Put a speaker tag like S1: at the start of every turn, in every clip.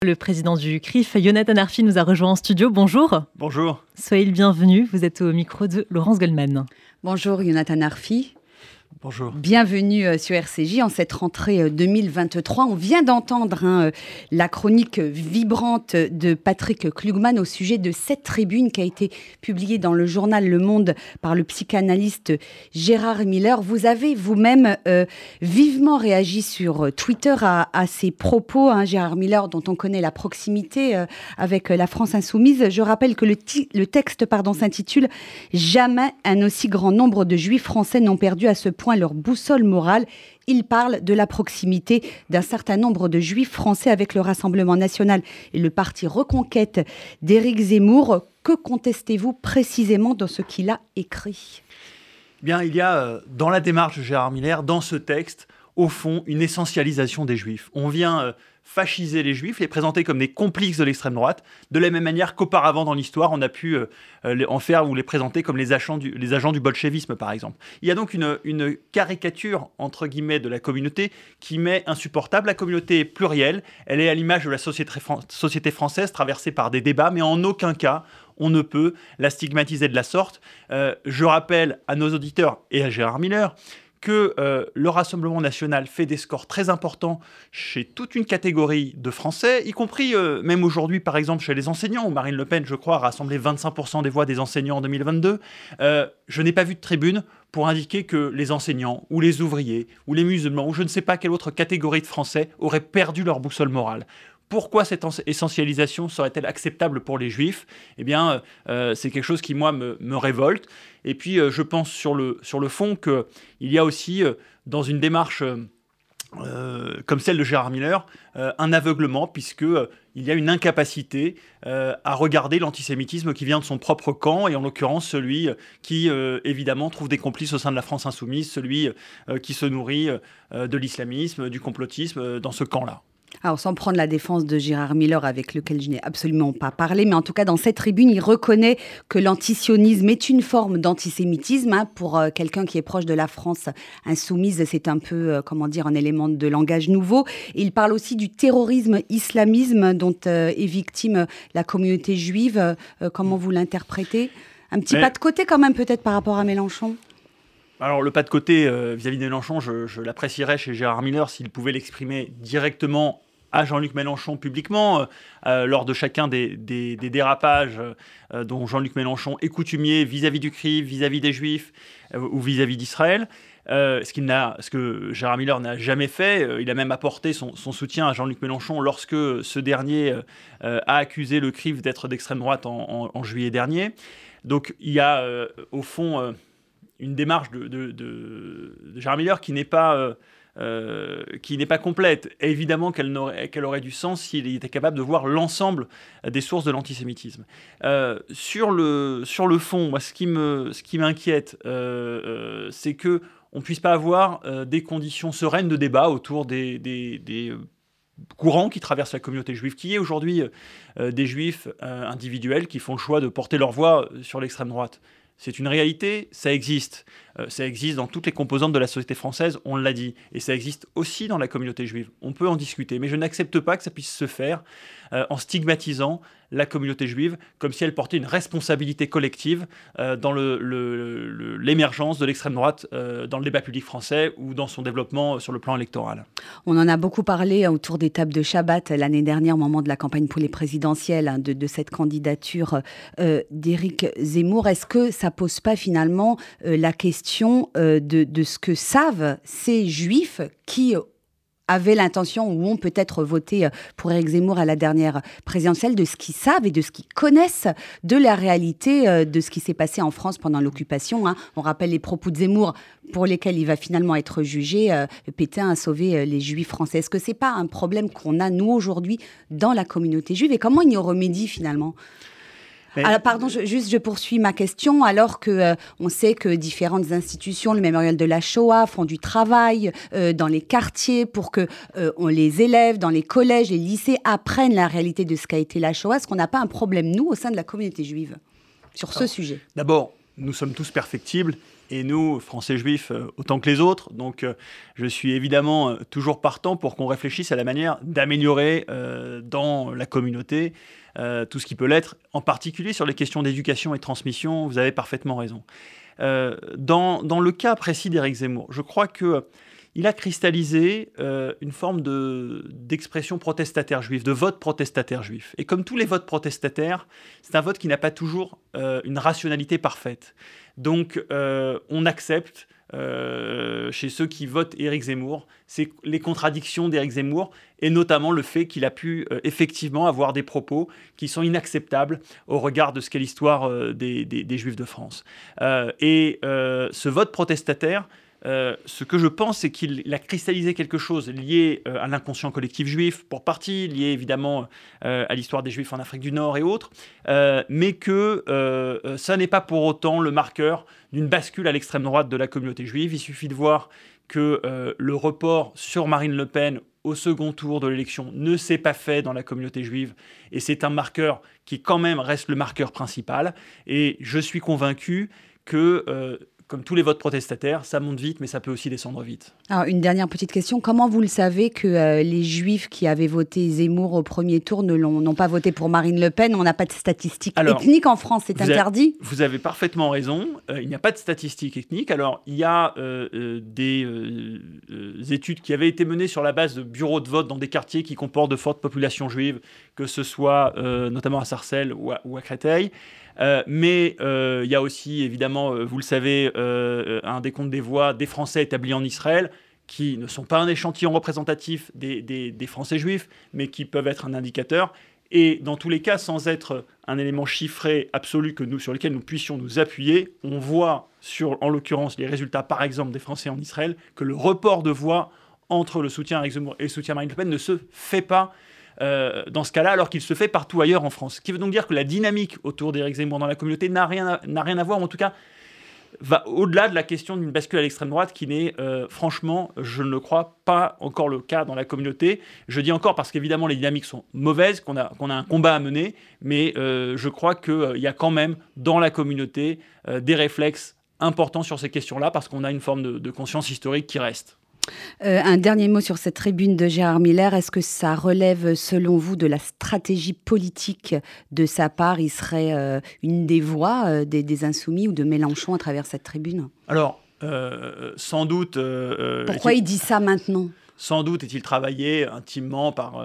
S1: Le président du CRIF, Yonatan Arfi, nous a rejoint en studio. Bonjour.
S2: Bonjour.
S1: Soyez le bienvenu. Vous êtes au micro de Laurence Goldman.
S3: Bonjour Yonatan Arfi.
S2: Bonjour.
S3: Bienvenue sur RCJ en cette rentrée 2023. On vient d'entendre la chronique vibrante de Patrick Klugman au sujet de cette tribune qui a été publiée dans le journal Le Monde par le psychanalyste Gérard Miller. Vous avez vous-même vivement réagi sur Twitter à ces propos, Gérard Miller, dont on connaît la proximité avec la France insoumise. Je rappelle que le texte s'intitule « Jamais un aussi grand nombre de juifs français n'ont perdu à ce point leur boussole morale ». Il parle de la proximité d'un certain nombre de juifs français avec le Rassemblement national et le parti Reconquête d'Éric Zemmour. Que contestez-vous précisément dans ce qu'il a écrit ?
S2: Bien, il y a dans la démarche de Gérard Miller, dans ce texte, au fond, une essentialisation des juifs. On vient fasciser les juifs, les présenter comme des complices de l'extrême droite, de la même manière qu'auparavant dans l'histoire, on a pu en faire ou les présenter comme les agents du bolchevisme, par exemple. Il y a donc une caricature, entre guillemets, de la communauté qui m'est insupportable. La communauté est plurielle, elle est à l'image de la société française, traversée par des débats, mais en aucun cas, on ne peut la stigmatiser de la sorte. Je rappelle à nos auditeurs et à Gérard Miller que le Rassemblement national fait des scores très importants chez toute une catégorie de Français, y compris même aujourd'hui, par exemple, chez les enseignants, où Marine Le Pen, je crois, a rassemblé 25% des voix des enseignants en 2022. Je n'ai pas vu de tribune pour indiquer que les enseignants, ou les ouvriers, ou les musulmans, ou je ne sais pas quelle autre catégorie de Français auraient perdu leur boussole morale. Pourquoi cette essentialisation serait-elle acceptable pour les Juifs ? Eh bien, c'est quelque chose qui, moi, me révolte. Et puis, je pense sur le fond qu'il y a aussi, dans une démarche comme celle de Gérard Miller, un aveuglement, puisqu'il y a une incapacité à regarder l'antisémitisme qui vient de son propre camp, et en l'occurrence celui qui, évidemment, trouve des complices au sein de la France insoumise, celui qui se nourrit de l'islamisme, du complotisme dans ce camp-là.
S3: Alors, sans prendre la défense de Gérard Miller, avec lequel je n'ai absolument pas parlé, mais en tout cas, dans cette tribune, il reconnaît que l'antisionisme est une forme d'antisémitisme. Pour quelqu'un qui est proche de la France insoumise, c'est un peu, un élément de langage nouveau. Et il parle aussi du terrorisme islamisme dont est victime la communauté juive. Comment vous l'interprétez ? Un petit pas de côté quand même, peut-être, par rapport à Mélenchon ?
S2: Alors, le pas de côté vis-à-vis de Mélenchon, je l'apprécierais chez Gérard Miller s'il pouvait l'exprimer directement à Jean-Luc Mélenchon publiquement, lors de chacun des dérapages dont Jean-Luc Mélenchon est coutumier vis-à-vis du CRIF, vis-à-vis des Juifs ou vis-à-vis d'Israël. Ce que Gérard Miller n'a jamais fait. Il a même apporté son soutien à Jean-Luc Mélenchon lorsque ce dernier a accusé le CRIF d'être d'extrême droite en juillet dernier. Donc, il y a au fond une démarche de Gérard Miller qui n'est pas complète. Et évidemment qu'elle aurait du sens s'il était capable de voir l'ensemble des sources de l'antisémitisme. Sur le fond, moi, ce qui m'inquiète, c'est qu'on ne puisse pas avoir des conditions sereines de débat autour des courants qui traversent la communauté juive, qui est aujourd'hui des juifs individuels qui font le choix de porter leur voix sur l'extrême droite. C'est une réalité, ça existe. Ça existe dans toutes les composantes de la société française, on l'a dit. Et ça existe aussi dans la communauté juive. On peut en discuter, mais je n'accepte pas que ça puisse se faire en stigmatisant la communauté juive comme si elle portait une responsabilité collective dans l'émergence de l'extrême droite dans le débat public français ou dans son développement sur le plan électoral.
S3: On en a beaucoup parlé autour des tables de Shabbat l'année dernière au moment de la campagne pour les présidentielles, de cette candidature d'Éric Zemmour. Est-ce que ça pose pas finalement la question de ce que savent ces juifs qui avaient l'intention ou ont peut-être voté pour Éric Zemmour à la dernière présidentielle, de ce qu'ils savent et de ce qu'ils connaissent de la réalité de ce qui s'est passé en France pendant l'occupation. On rappelle les propos de Zemmour pour lesquels il va finalement être jugé. Pétain a sauvé les Juifs français. Est-ce que ce n'est pas un problème qu'on a, nous, aujourd'hui, dans la communauté juive ? Et comment il y remédie, finalement ? Alors, pardon, je poursuis ma question. Alors que on sait que différentes institutions, le mémorial de la Shoah, font du travail dans les quartiers pour que les élèves dans les collèges, les lycées apprennent la réalité de ce qu'a été la Shoah. Est-ce qu'on n'a pas un problème, nous, au sein de la communauté juive, sur ce sujet ?
S2: D'abord, nous sommes tous perfectibles et nous, Français juifs, autant que les autres. Donc, je suis évidemment toujours partant pour qu'on réfléchisse à la manière d'améliorer dans la communauté tout ce qui peut l'être, en particulier sur les questions d'éducation et de transmission. Vous avez parfaitement raison. Dans le cas précis d'Éric Zemmour, je crois qu'il a cristallisé une forme d'expression protestataire juive, de vote protestataire juif. Et comme tous les votes protestataires, c'est un vote qui n'a pas toujours une rationalité parfaite. Donc, on accepte chez ceux qui votent Éric Zemmour, c'est les contradictions d'Éric Zemmour, et notamment le fait qu'il a pu effectivement avoir des propos qui sont inacceptables au regard de ce qu'est l'histoire des Juifs de France. Ce vote protestataire, ce que je pense, c'est qu'il a cristallisé quelque chose lié à l'inconscient collectif juif, pour partie, lié évidemment à l'histoire des Juifs en Afrique du Nord et autres, mais que ça n'est pas pour autant le marqueur d'une bascule à l'extrême droite de la communauté juive. Il suffit de voir que le report sur Marine Le Pen au second tour de l'élection ne s'est pas fait dans la communauté juive, et c'est un marqueur qui quand même reste le marqueur principal. Et je suis convaincu que comme tous les votes protestataires, ça monte vite, mais ça peut aussi descendre vite.
S3: Alors, une dernière petite question. Comment vous le savez que les Juifs qui avaient voté Zemmour au premier tour n'ont pas voté pour Marine Le Pen? On n'a pas de statistiques ethniques en France, c'est interdit?
S2: Vous avez parfaitement raison. Il n'y a pas de statistiques ethniques. Alors, il y a des études qui avaient été menées sur la base de bureaux de vote dans des quartiers qui comportent de fortes populations juives, que ce soit notamment à Sarcelles ou à Créteil. Mais il y a aussi, évidemment, vous le savez, un décompte des voix des Français établis en Israël, qui ne sont pas un échantillon représentatif des Français juifs, mais qui peuvent être un indicateur. Et dans tous les cas, sans être un élément chiffré absolu sur lequel nous puissions nous appuyer, on voit en l'occurrence, les résultats, par exemple, des Français en Israël, que le report de voix entre le soutien à Éric Zemmour et le soutien à Marine Le Pen ne se fait pas dans ce cas-là, alors qu'il se fait partout ailleurs en France. Ce qui veut donc dire que la dynamique autour d'Éric Zemmour dans la communauté n'a rien à voir, ou en tout cas va au-delà de la question d'une bascule à l'extrême droite qui n'est, franchement, je ne le crois pas encore le cas dans la communauté. Je dis encore parce qu'évidemment les dynamiques sont mauvaises, qu'on a un combat à mener, mais je crois qu'il y a quand même dans la communauté des réflexes importants sur ces questions-là, parce qu'on a une forme de conscience historique qui reste.
S3: Un dernier mot sur cette tribune de Gérard Miller. Est-ce que ça relève, selon vous, de la stratégie politique de sa part? Il serait une des voix des Insoumis ou de Mélenchon à travers cette tribune?
S2: Alors, sans doute...
S3: Pourquoi il dit ça maintenant?
S2: Sans doute est-il travaillé intimement par,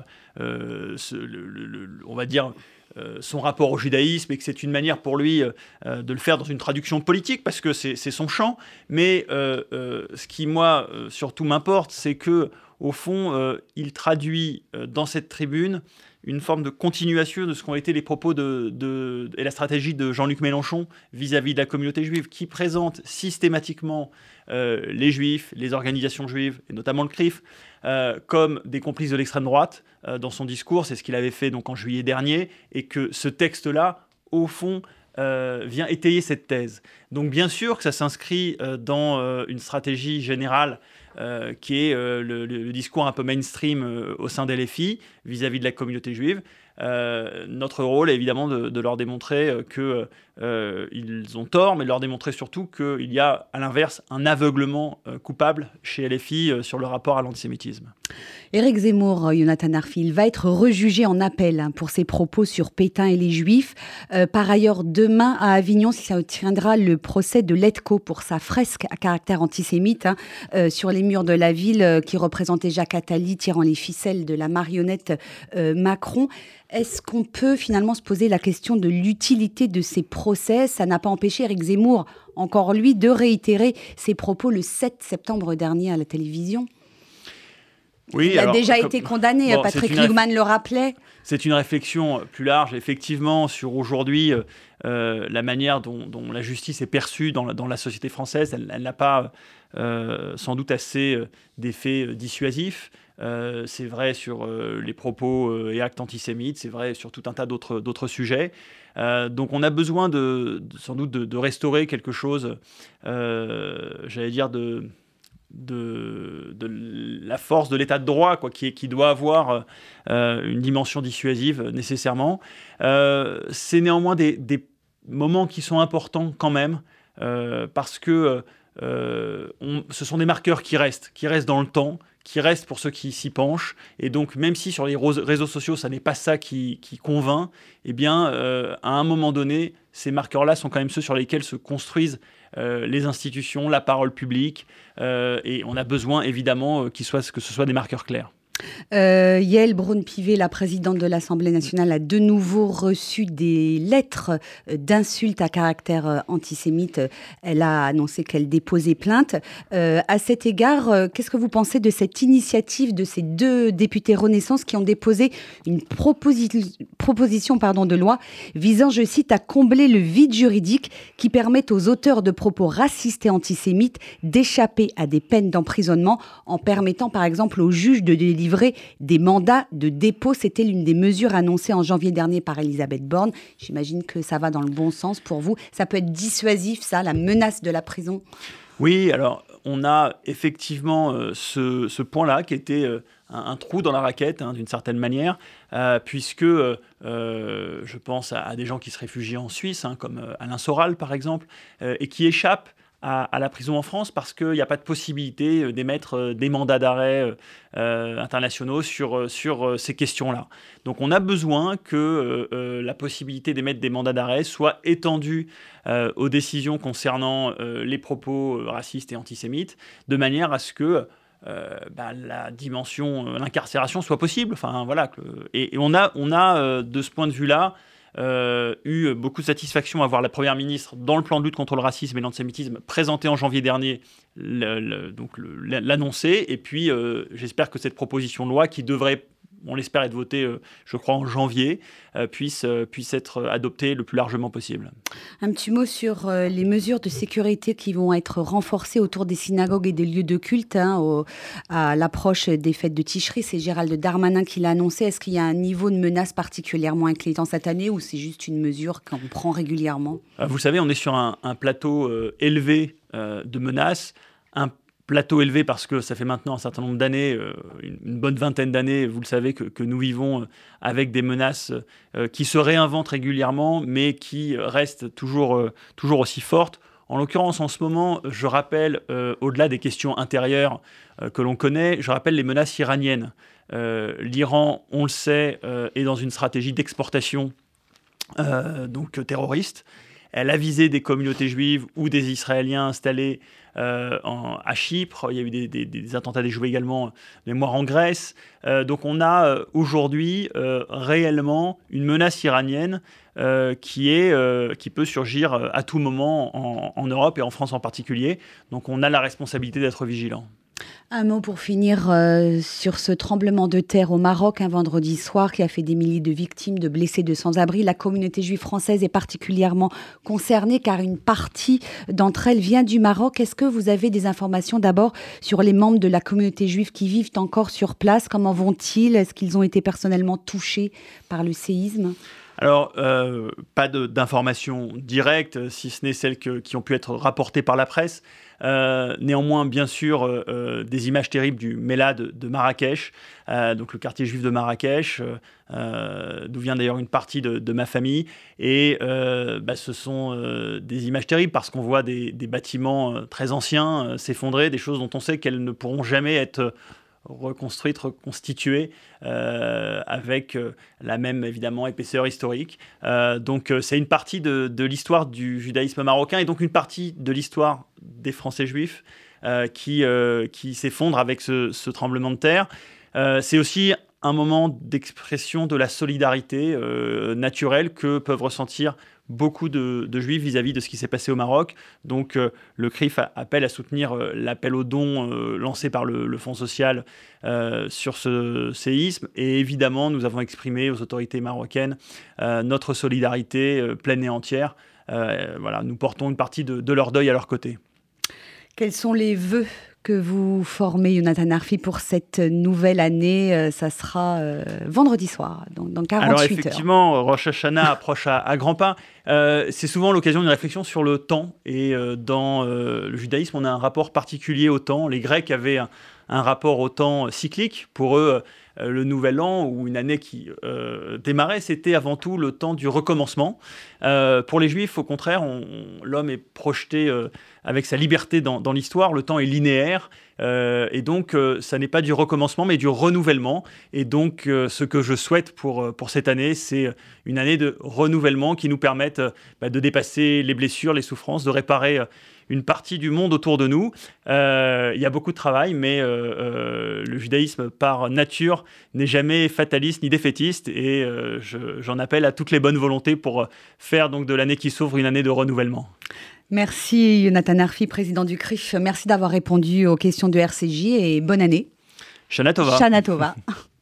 S2: on va dire... son rapport au judaïsme, et que c'est une manière pour lui de le faire dans une traduction politique, parce que c'est son champ. Mais ce qui, moi, surtout m'importe, c'est que au fond, il traduit dans cette tribune une forme de continuation de ce qu'ont été les propos et la stratégie de Jean-Luc Mélenchon vis-à-vis de la communauté juive, qui présente systématiquement les juifs, les organisations juives, et notamment le CRIF, comme des complices de l'extrême droite dans son discours. C'est ce qu'il avait fait donc en juillet dernier, et que ce texte-là, au fond, vient étayer cette thèse. Donc bien sûr que ça s'inscrit dans une stratégie générale qui est le discours un peu mainstream au sein des LFI vis-à-vis de la communauté juive. Notre rôle est évidemment de leur démontrer qu'ils ont tort, mais de leur démontrer surtout qu'il y a, à l'inverse, un aveuglement coupable chez LFI sur le rapport à l'antisémitisme.
S3: Éric Zemmour, Jonathan Arfi, il va être rejugé en appel pour ses propos sur Pétain et les Juifs. Par ailleurs, demain à Avignon, ça tiendra le procès de Letko pour sa fresque à caractère antisémite sur les murs de la ville qui représentait Jacques Attali tirant les ficelles de la marionnette Macron. Est-ce qu'on peut finalement se poser la question de l'utilité de ces procès? Ça n'a pas empêché Éric Zemmour, encore lui, de réitérer ses propos le 7 septembre dernier à la télévision.
S2: Oui,
S3: il a déjà été condamné, Patrick Lugman le rappelait.
S2: C'est une réflexion plus large, effectivement, sur aujourd'hui la manière dont la justice est perçue dans la société française. Elle n'a pas sans doute assez d'effets dissuasifs. C'est vrai sur les propos et actes antisémites, c'est vrai sur tout un tas d'autres sujets. Donc on a besoin sans doute de restaurer quelque chose, j'allais dire, de la force de l'état de droit, qui doit avoir une dimension dissuasive nécessairement. C'est néanmoins des moments qui sont importants quand même, parce que ce sont des marqueurs qui restent dans le temps, qui restent pour ceux qui s'y penchent. Et donc, même si sur les réseaux sociaux, ça n'est pas ça qui convainc, eh bien, à un moment donné, ces marqueurs-là sont quand même ceux sur lesquels se construisent les institutions, la parole publique. Et on a besoin, évidemment, que ce soit des marqueurs clairs.
S3: Yaël Braun-Pivet, la présidente de l'Assemblée nationale, a de nouveau reçu des lettres d'insultes à caractère antisémite. Elle a annoncé qu'elle déposait plainte. À cet égard, qu'est-ce que vous pensez de cette initiative de ces 2 députés Renaissance qui ont déposé une proposition de loi visant, je cite, à combler le vide juridique qui permet aux auteurs de propos racistes et antisémites d'échapper à des peines d'emprisonnement en permettant, par exemple, aux juges de délivrer des mandats de dépôt. C'était l'une des mesures annoncées en janvier dernier par Elisabeth Borne. J'imagine que ça va dans le bon sens pour vous. Ça peut être dissuasif, ça, la menace de la prison?
S2: Oui, alors on a effectivement ce point-là qui était un trou dans la raquette, d'une certaine manière, puisque je pense à des gens qui se réfugient en Suisse, comme Alain Soral par exemple, et qui échappent à la prison en France parce qu'il n'y a pas de possibilité d'émettre des mandats d'arrêt internationaux sur ces questions-là. Donc on a besoin que la possibilité d'émettre des mandats d'arrêt soit étendue aux décisions concernant les propos racistes et antisémites, de manière à ce que la dimension, l'incarcération soit possible. Enfin, voilà, et on a de ce point de vue-là, eu beaucoup de satisfaction à voir la Première ministre dans le plan de lutte contre le racisme et l'antisémitisme présenté en janvier dernier l'annoncer. Et puis j'espère que cette proposition de loi qui devrait, on l'espère, être votée, je crois, en janvier, puisse être adoptée le plus largement possible.
S3: Un petit mot sur les mesures de sécurité qui vont être renforcées autour des synagogues et des lieux de culte à l'approche des fêtes de Tishri. C'est Gérald Darmanin qui l'a annoncé. Est-ce qu'il y a un niveau de menace particulièrement inquiétant cette année ou c'est juste une mesure qu'on prend régulièrement?
S2: Vous savez, on est sur un plateau élevé de menaces. Un plateau élevé parce que ça fait maintenant un certain nombre d'années, une bonne vingtaine d'années, vous le savez, que nous vivons avec des menaces qui se réinventent régulièrement, mais qui restent toujours aussi fortes. En l'occurrence, en ce moment, je rappelle, au-delà des questions intérieures que l'on connaît, je rappelle les menaces iraniennes. L'Iran, on le sait, est dans une stratégie d'exportation donc terroriste. Elle a visé des communautés juives ou des Israéliens installés à Chypre. Il y a eu des attentats déjoués également, mémoire en Grèce. Donc on a aujourd'hui réellement une menace iranienne qui peut surgir à tout moment en Europe et en France en particulier. Donc on a la responsabilité d'être vigilant.
S3: Un mot pour finir sur ce tremblement de terre au Maroc un vendredi soir qui a fait des milliers de victimes, de blessés, de sans-abri. La communauté juive française est particulièrement concernée car une partie d'entre elles vient du Maroc. Est-ce que vous avez des informations d'abord sur les membres de la communauté juive qui vivent encore sur place? Comment vont-ils? Est-ce qu'ils ont été personnellement touchés par le séisme?
S2: Alors, pas d'informations directes, si ce n'est celles qui ont pu être rapportées par la presse. Néanmoins, bien sûr, des images terribles du Melad de Marrakech, donc le quartier juif de Marrakech, d'où vient d'ailleurs une partie de ma famille. Et ce sont des images terribles parce qu'on voit des bâtiments très anciens s'effondrer, des choses dont on sait qu'elles ne pourront jamais être reconstruite, reconstituée avec la même, évidemment, épaisseur historique. Donc, c'est une partie de l'histoire du judaïsme marocain et donc une partie de l'histoire des Français juifs qui s'effondre avec ce tremblement de terre. C'est aussi un moment d'expression de la solidarité naturelle que peuvent ressentir beaucoup de juifs vis-à-vis de ce qui s'est passé au Maroc. Donc le CRIF appelle à soutenir l'appel aux dons lancé par le Fonds social sur ce séisme. Et évidemment, nous avons exprimé aux autorités marocaines notre solidarité pleine et entière. Voilà, nous portons une partie de leur deuil à leur côté.
S3: Quels sont les vœux que vous formez, Yonatan Arfi, pour cette nouvelle année? Ça sera vendredi soir, donc dans 48 heures.
S2: Alors effectivement, Rosh Hashanah approche à grands pas. C'est souvent l'occasion d'une réflexion sur le temps. Et dans le judaïsme, on a un rapport particulier au temps. Les Grecs avaient un rapport au temps cyclique. Pour eux, le nouvel an ou une année qui démarrait, c'était avant tout le temps du recommencement. Pour les Juifs, au contraire, l'homme est projeté avec sa liberté dans l'histoire. Le temps est linéaire et donc ça n'est pas du recommencement mais du renouvellement. Et donc ce que je souhaite pour cette année, c'est une année de renouvellement qui nous permette de dépasser les blessures, les souffrances, de réparer une partie du monde autour de nous. Il y a beaucoup de travail, mais le judaïsme, par nature, n'est jamais fataliste ni défaitiste. Et j'en appelle à toutes les bonnes volontés pour faire donc de l'année qui s'ouvre une année de renouvellement.
S3: Merci Yonatan Arfi, président du CRIF. Merci d'avoir répondu aux questions de RCJ et bonne année.
S2: Shana Tova.
S3: Shana Tova.